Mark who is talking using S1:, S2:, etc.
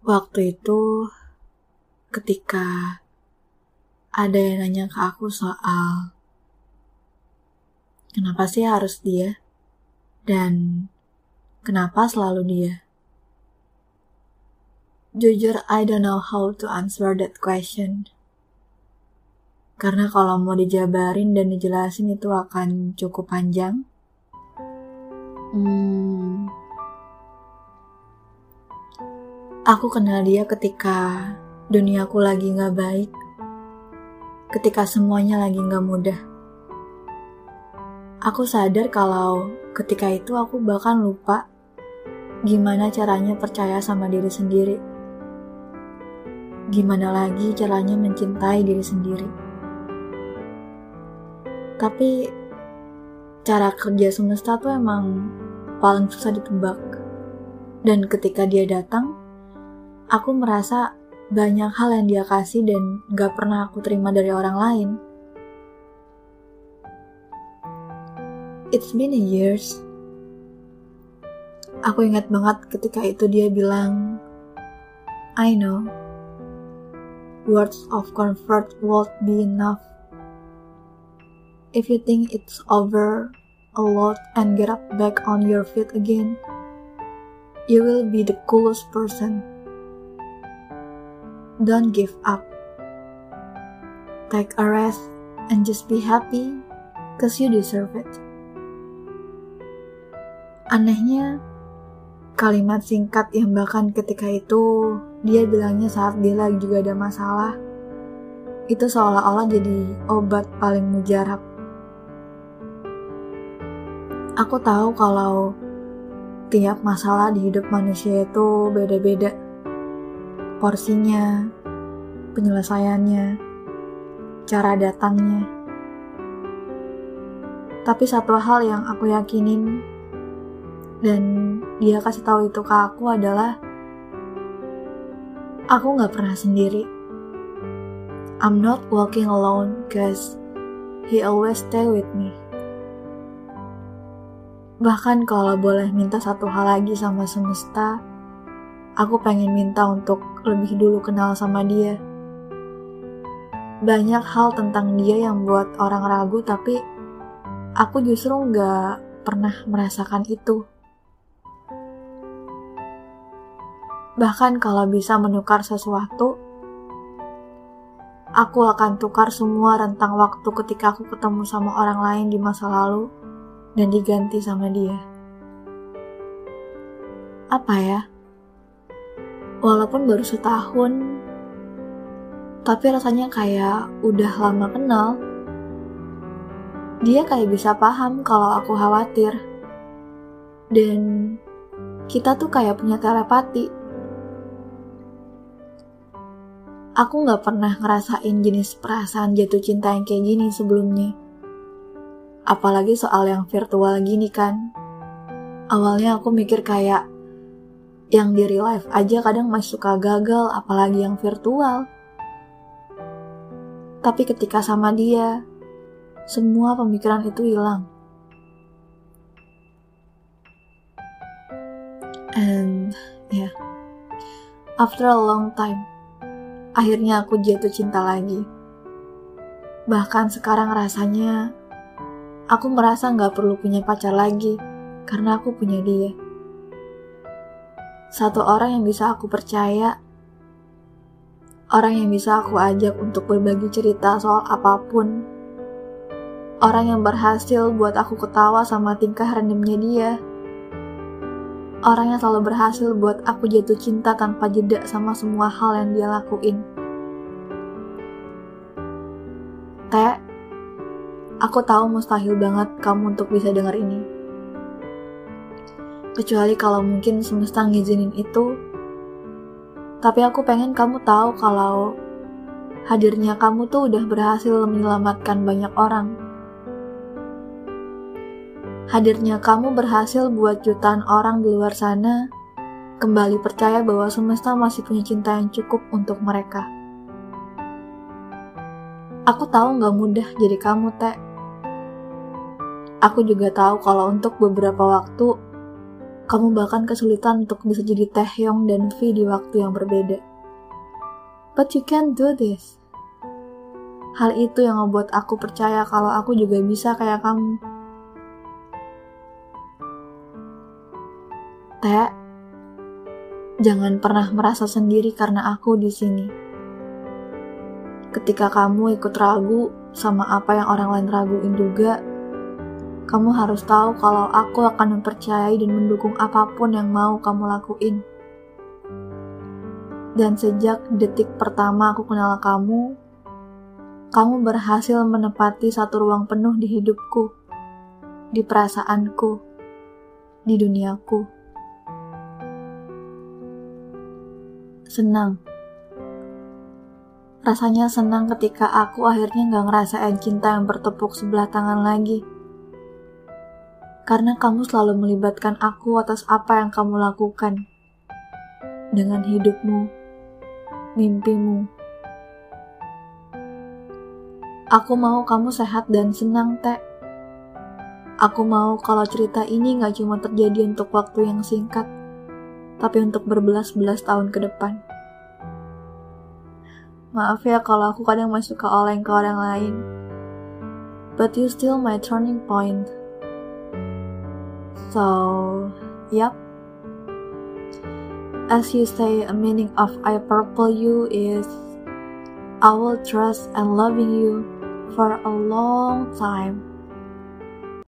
S1: Waktu itu ketika ada yang nanya ke aku soal kenapa sih harus dia dan kenapa selalu dia. Jujur, I don't know how to answer that question. Karena kalau mau dijabarin dan dijelasin itu akan cukup panjang. Aku kenal dia ketika duniaku lagi gak baik, ketika semuanya lagi gak mudah. Aku sadar kalau ketika itu aku bahkan lupa gimana caranya percaya sama diri sendiri. Gimana lagi caranya mencintai diri sendiri. Tapi cara kerja semesta tuh emang paling susah ditebak. Dan ketika dia datang, aku merasa banyak hal yang dia kasih dan gak pernah aku terima dari orang lain. It's been a years. Aku ingat banget ketika itu dia bilang, I know, words of comfort won't be enough. If you think it's over a lot and get up back on your feet again, you will be the coolest person. Don't give up. Take a rest and just be happy, cause you deserve it. Anehnya, kalimat singkat yang bahkan ketika itu dia bilangnya saat dia lagi juga ada masalah, itu seolah-olah jadi obat paling mujarab. Aku tahu kalau tiap masalah di hidup manusia itu beda-beda. Porsinya, penyelesaiannya, cara datangnya. Tapi satu hal yang aku yakinin dan dia kasih tahu itu ke aku adalah aku gak pernah sendiri. I'm not walking alone cause he always stay with me. Bahkan kalau boleh minta satu hal lagi sama semesta, aku pengen minta untuk lebih dulu kenal sama dia. Banyak hal tentang dia yang buat orang ragu, tapi aku justru gak pernah merasakan itu. Bahkan kalau bisa menukar sesuatu, aku akan tukar semua rentang waktu ketika aku ketemu sama orang lain di masa lalu dan diganti sama dia. Apa ya? Walaupun baru setahun, tapi rasanya kayak udah lama kenal. Dia kayak bisa paham kalau aku khawatir. Dan kita tuh kayak punya telepati. Aku gak pernah ngerasain jenis perasaan jatuh cinta yang kayak gini sebelumnya. Apalagi soal yang virtual gini kan. Awalnya aku mikir kayak yang di real life aja kadang masih suka gagal, apalagi yang virtual. Tapi ketika sama dia, semua pemikiran itu hilang. And yeah, after a long time, akhirnya aku jatuh cinta lagi. Bahkan sekarang rasanya aku merasa gak perlu punya pacar lagi karena aku punya dia. Satu orang yang bisa aku percaya, orang yang bisa aku ajak untuk berbagi cerita soal apapun, orang yang berhasil buat aku ketawa sama tingkah randomnya dia, orang yang selalu berhasil buat aku jatuh cinta tanpa jeda sama semua hal yang dia lakuin. Teh, aku tahu mustahil banget kamu untuk bisa dengar ini. Kecuali kalau mungkin semesta ngizinin itu. Tapi aku pengen kamu tahu kalau hadirnya kamu tuh udah berhasil menyelamatkan banyak orang. Hadirnya kamu berhasil buat jutaan orang di luar sana kembali percaya bahwa semesta masih punya cinta yang cukup untuk mereka. Aku tahu gak mudah jadi kamu, Teh. Aku juga tahu kalau untuk beberapa waktu Kamu bahkan kesulitan untuk bisa jadi Taehyung dan V di waktu yang berbeda. But you can do this. Hal itu yang membuat aku percaya kalau aku juga bisa kayak kamu. Teh, jangan pernah merasa sendiri karena aku di sini. Ketika kamu ikut ragu sama apa yang orang lain raguin juga, kamu harus tahu kalau aku akan mempercayai dan mendukung apapun yang mau kamu lakuin. Dan sejak detik pertama aku kenal kamu berhasil menepati satu ruang penuh di hidupku, di perasaanku, di duniaku. Senang. Rasanya senang ketika aku akhirnya gak ngerasain cinta yang bertepuk sebelah tangan lagi. Karena kamu selalu melibatkan aku atas apa yang kamu lakukan. Dengan hidupmu, mimpimu. Aku mau kamu sehat dan senang, Teh. Aku mau kalau cerita ini gak cuma terjadi untuk waktu yang singkat, tapi untuk berbelas-belas tahun ke depan. Maaf ya kalau aku kadang masih suka oleng ke orang lain. But you still my turning point. So, yep. As you say, a meaning of I purple you is I will trust and loving you for a long time.